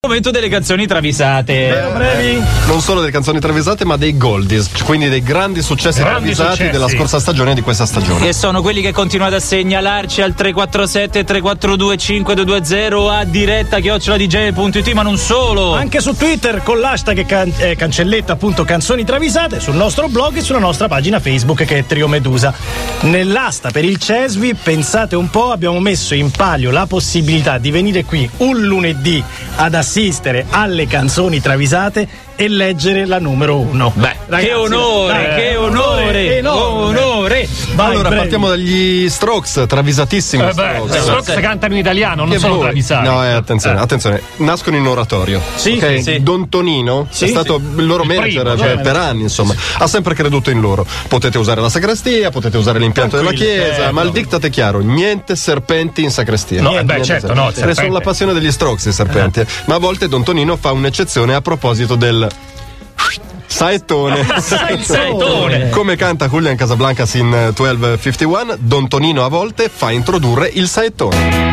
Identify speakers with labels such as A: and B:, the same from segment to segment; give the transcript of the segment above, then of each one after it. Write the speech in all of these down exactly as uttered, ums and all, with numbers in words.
A: Momento delle canzoni travisate.
B: Vero, brevi? Non solo delle canzoni travisate, ma dei goldies, quindi dei grandi successi
C: grandi
B: travisati
C: successi.
B: della scorsa stagione e di questa stagione.
A: Che sono quelli che continuate a segnalarci al tre quattro sette tre quattro due cinque due due zero a diretta chiocciola d j punto it, ma non solo.
C: Anche su Twitter con l'hashtag can- eh, cancelletta appunto canzoni travisate, sul nostro blog e sulla nostra pagina Facebook che è Trio Medusa. Nell'asta per il Cesvi, pensate un po', abbiamo messo in palio la possibilità di venire qui un lunedì ad assistere alle canzoni travisate e leggere la numero uno.
A: Beh,
C: Ragazzi,
A: che onore,
C: dai,
A: che onore,
C: enorme.
A: onore.
C: Vai,
B: allora
C: brevi.
B: partiamo dagli Strokes, travisatissimi
C: Eh beh,
B: Strokes.
C: eh,
D: Strokes cantano in italiano, non
B: Che
D: sono
B: voi-
D: travisati.
B: No, eh, attenzione, attenzione, nascono in oratorio.
C: Sì,
B: ok?
C: sì.
B: Don Tonino
C: Sì,
B: è stato il loro
D: Il
B: manager
D: primo,
B: per,
C: sì.
B: per anni, insomma, ha sempre creduto in loro. Potete usare la sacrestia, potete usare l'impianto della
C: Tranquilli,
B: chiesa,
C: eh,
B: ma il
C: no.
B: diktat è chiaro: niente serpenti in sacrestia.
D: No,
B: Niente,
D: beh,
B: niente
D: certo,
B: serpenti.
D: no, il
B: Ce ne sono
D: serpente.
B: la passione degli Strokes, i serpenti. Ma a volte Don Tonino fa un'eccezione a proposito del saettone.
A: saettone.
B: Come canta Julian Casablancas in eh, dodici cinquantuno, Don Tonino a volte fa introdurre il saettone.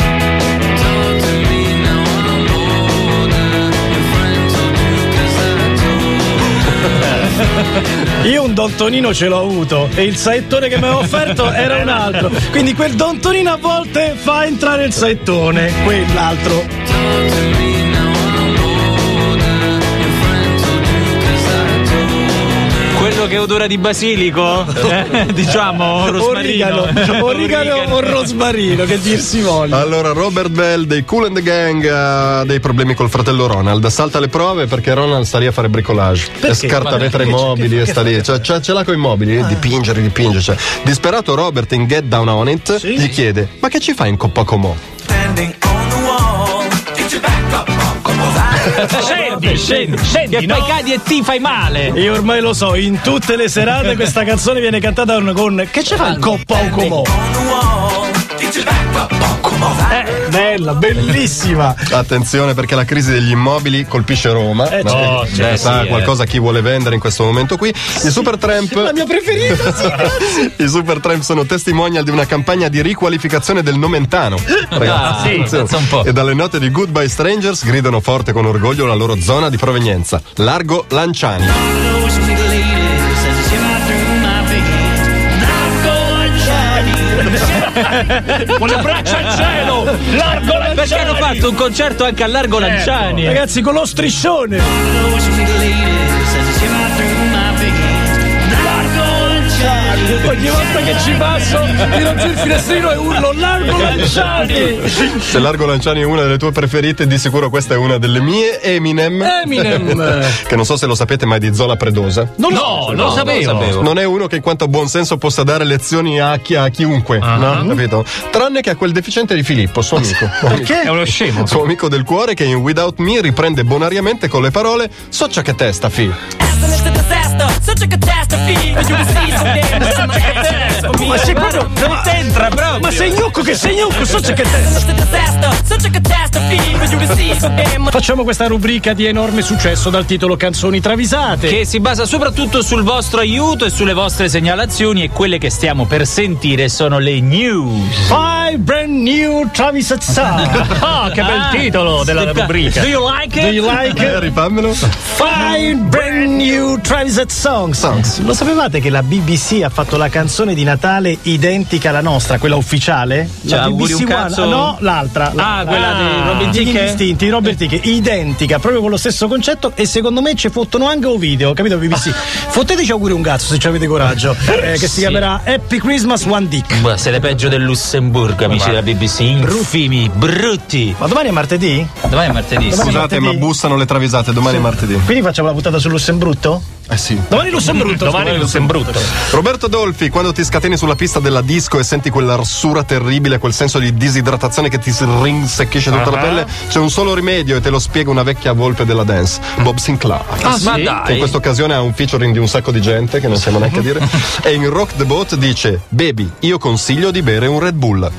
C: Io un Don Tonino ce l'ho avuto e il saettone che mi aveva offerto era un altro. Quindi quel Don Tonino a volte fa entrare il saettone, quell'altro.
A: Quello che odora di basilico? Eh, diciamo, rosmarino.
C: Origano, origano o rosmarino, che dir si voglia.
B: Allora, Robert Bell dei Kool and the Gang ha dei problemi col fratello Ronald. Salta le prove perché Ronald sta lì a fare bricolage.
C: Perché?
B: E scarta
C: Ma
B: vetri
C: perché?
B: mobili
C: Che-
B: e
C: che
B: sta
C: fa?
B: lì. Cioè, cioè, ce l'ha con i mobili, dipingere, dipinge. Cioè. Disperato Robert in Get Down on It
C: Sì.
B: gli chiede: ma che ci fai in Coppa Comò?
D: Scendi, scendi,
A: Che
D: scendi, no?
A: poi cadi e ti fai male.
C: Io ormai lo so, in tutte le serate questa canzone viene cantata con che ci fa il Coppa o Comò? Eh, bella, bellissima.
B: Attenzione perché la crisi degli immobili colpisce Roma.
C: Eh,
B: No?
C: certo.
B: Cioè,
A: Beh,
B: sa
A: sì,
B: qualcosa chi vuole vendere in questo momento qui. I Supertramp.
C: La mia preferita, sì, grazie.
B: I Supertramp sono testimonial di una campagna di riqualificazione del Nomentano. Ragazzi,
A: sì,
B: attenzione.
A: pensa un po'.
B: E dalle note di Goodbye Strangers gridano forte con orgoglio la loro zona di provenienza, Largo Lanciani.
D: Con le braccia al cielo, largo lanciani.
A: Perché hanno fatto un concerto anche a Largo Lanciani.
C: Ragazzi, con lo striscione. Ogni volta che ci passo, tiro giù il finestrino e urlo Largo Lanciani.
B: Se Largo Lanciani è una delle tue preferite, di sicuro questa è una delle mie. Eminem.
C: Eminem.
B: Che non so se lo sapete, ma è di Zola Predosa.
C: Non lo
D: No,
C: so.
D: non lo sapevo.
B: Non è uno che in quanto a buon senso possa dare lezioni a, chi, a chiunque, no? Capito? Tranne che a quel deficiente di Filippo, suo amico.
C: Perché?
D: È uno scemo.
B: Suo amico del cuore che in Without Me riprende bonariamente con le parole: "Soccia che testa, fi".
C: Ma sei proprio. Ma
A: Entra proprio.
C: Ma sei gnocco che sei gnocco, so che te. Facciamo questa rubrica di enorme successo dal titolo Canzoni travisate.
A: Che si basa soprattutto sul vostro aiuto e sulle vostre segnalazioni, e quelle che stiamo per sentire sono le news.
C: Five brand new travisate songs.
D: Ah, che bel titolo della rubrica.
A: Do you like it?
C: Do you like
B: Eh,
C: it?
B: rifammelo.
C: Five brand new travisate songs.
B: Songs.
C: Lo sapevate che la B B C ha fatto la canzone di Natale identica alla nostra, quella ufficiale?
A: Cioè,
C: La
A: auguri
C: B B C
A: un
C: One.
A: cazzo?
C: No, l'altra.
A: Ah, quella di Robin
C: Gli
A: Thicke?
C: Indistinti, di Robert Thicke, identica, proprio con lo stesso concetto, e secondo me ci fottono anche un video, capito B B C? Fotteteci auguri un cazzo se ci avete coraggio, eh, che si chiamerà Happy Christmas One Dick.
A: Beh, siete peggio del Lussemburgo, amici della B B C. Infimi, brutti.
C: Ma domani è martedì?
A: Domani è martedì.
C: Domani-
B: Scusate, ma
C: martedì.
B: bussano le travisate, domani è martedì.
C: Quindi facciamo la puntata sul Lussembrutto?
B: Eh sì.
C: Domani Lussembrutto.
D: Domani Lussembrutto.
B: Roberto Dolfi, quando ti scateni sulla pista della disco e senti quell'arsura terribile, quel senso di disidratazione che ti si rinsecchisce tutta la
D: Ah.
B: pelle, c'è un solo rimedio e te lo spiega una vecchia volpe della dance, Bob Sinclair.
A: Ah, ma
B: Che in
A: dai.
B: questa occasione ha un featuring di un sacco di gente che non siamo neanche a dire. E in Rock the Boat dice: "Baby, io consiglio di bere un Red Bull".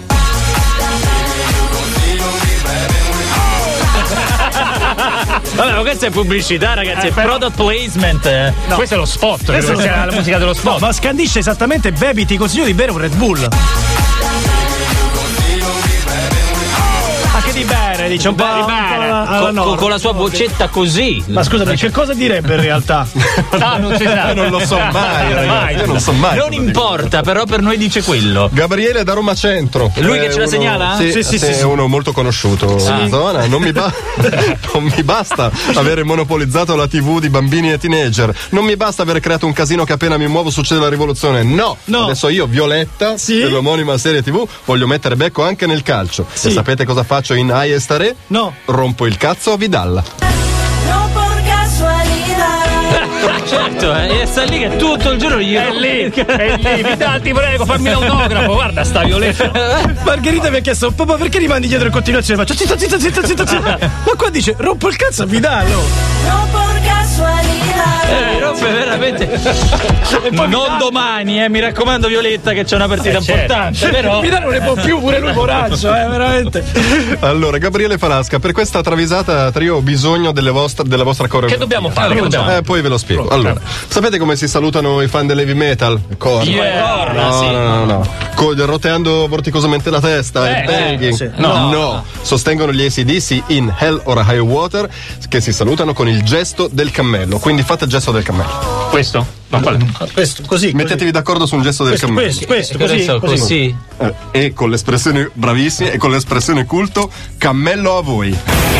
A: Vabbè, ma questa è pubblicità, ragazzi, è product placement. eh.
D: Questo è lo spot, credo
C: Questo
D: che sia la musica dello
C: No,
D: spot.
C: ma scandisce esattamente Baby, ti consiglio di bere un Red Bull. Ma che di bere? dice un po', un po' alla- alla
A: Con,
C: Norma.
A: con la sua vocetta così.
C: Ma scusami, che cosa direbbe in realtà?
D: Ah, non si sa.
B: non lo so mai, ragazzi, io non so mai.
A: Non importa, però per noi dice quello.
B: Gabriele da Roma Centro.
A: Lui che
B: È
A: ce la
B: uno-
A: segnala?
B: Sì,
C: Sì, sì,
B: sì,
C: sì,
B: è
C: sì.
B: uno molto conosciuto in zona. Non mi, ba- non mi basta avere monopolizzato la tivù di bambini e teenager. Non mi basta aver creato un casino che appena mi muovo succede la rivoluzione. No,
C: No.
B: adesso io, Violetta,
C: Sì.
B: dell'omonima serie tivù, voglio mettere becco anche nel calcio.
C: Sì.
B: E sapete cosa faccio in Ai e Stare?
C: No.
B: Rompo il cazzo a Vidalla.
E: No por casualidad.
A: Certo, eh, e sta lì che tutto il giorno gli
D: È lì, è lì. Vidal, ti prego, fammi l'autografo. Guarda, sta Violetta.
C: Margherita mi ha chiesto, papà, perché rimandi dietro in continuazione? Faccio zitto, zitto, zitto, zitto, zitto. Ma qua dice, rompo il cazzo a Vidallo.
E: No por casualidad.
A: Eh, mi rompe veramente. Non domani, eh, mi raccomando, Violetta, che c'è una partita
D: Eh, certo.
A: importante. Però.
C: Vidallo non ne può più, pure lui poraccio, eh, veramente.
B: Allora, Gabriele Falasca, per questa travisata trio ho bisogno delle vostre, della vostra coreografia.
D: Che dobbiamo fare? Che dobbiamo fare?
B: Eh, poi ve lo spiego. Allora, sapete come si salutano i fan dell'heavy metal? Corna.
A: Yeah.
B: No,
A: Sì.
B: no, no, no. Co- roteando vorticosamente la testa,
D: Eh,
B: il banging.
C: sì.
B: No.
A: No.
B: Sostengono gli A C D C in Hell or High Water che si salutano con il gesto del cammello. Quindi fate il gesto del cammello.
D: Questo? Ma qual è?
C: Questo, così.
B: Mettetevi d'accordo su un gesto del
C: Questo,
B: cammello.
C: questo, questo,
A: Che
C: così,
A: adesso
C: così.
A: così.
B: Eh, e con l'espressione bravissimi e con l'espressione culto cammello a voi.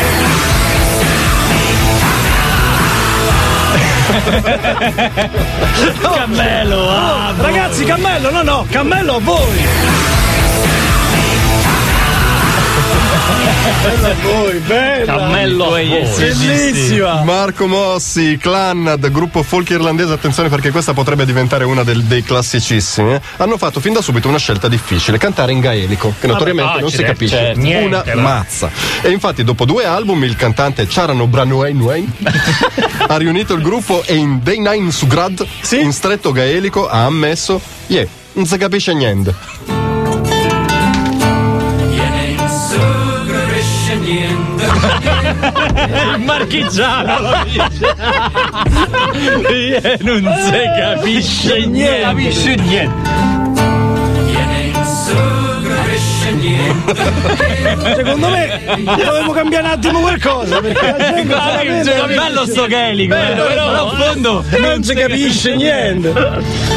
C: Cammello, ah, ragazzi, cammello, no, no, cammello a voi. Bella a voi, bella.
D: Cammello a voi.
C: Bellissima.
B: Marco Mossi, Clannad, gruppo folk irlandese, attenzione perché questa potrebbe diventare una del- dei classicissimi, eh, hanno fatto fin da subito una scelta difficile, cantare in gaelico, che notoriamente
D: ah,
B: non si
D: certo,
B: capisce
D: certo. Niente,
B: una
D: va.
B: mazza. E infatti dopo due album il cantante Charano Branuain ha riunito il gruppo e in Day Nine Sugrad, in stretto gaelico, ha ammesso, yeah, non si capisce niente.
A: Il marchigiano lo dice. Eh, non si capisce niente.
D: Capisci niente.
C: Secondo me dovremmo cambiare un attimo qualcosa perché la gente veramente-
A: È bello sto gaelico, eh,
C: Bello,
A: però,
C: però,
A: in fondo
C: non si capisce niente.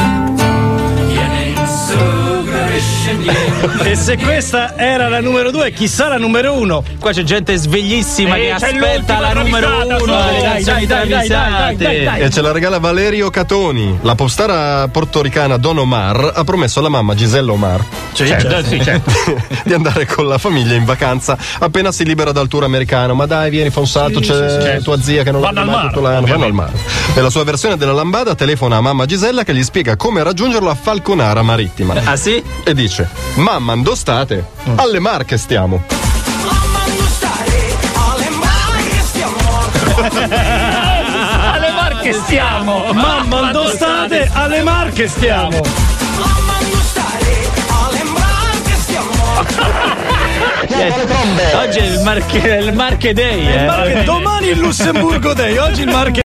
C: E se questa era la numero due, chissà la numero uno.
A: qua c'è gente sveglissima
D: Eh,
A: che
D: c'è
A: aspetta
D: l'ultima
A: la numero
D: travisata,
A: uno.
D: su.
A: le
C: Dai,
A: canzoni
C: dai, dai, dai, dai, dai, dai.
B: E ce la regala Valerio Catoni. La popstar portoricana Don Omar ha promesso alla mamma Gisella Omar
D: Certo, sì, certo.
B: di andare con la famiglia in vacanza appena si libera dal tour americano. Ma dai, vieni Fonsato, c'è
D: sì, certo.
B: tua zia che non
D: Vanno
B: l'ha
D: al
B: mai
D: mare,
B: tutto l'anno. Vanno al mare. E la sua versione della lambada telefona a mamma Gisella che gli spiega come raggiungerlo a Falconara Marittima.
A: Ah sì?
B: E dice: mamma, dove state? Alle Marche stiamo.
D: Alle Marche stiamo.
C: Mamma, dove state? Alle Marche stiamo.
A: Oggi è il Marche, il Marche Day, eh.
C: Marche- domani il Lussemburgo Day, oggi il Marche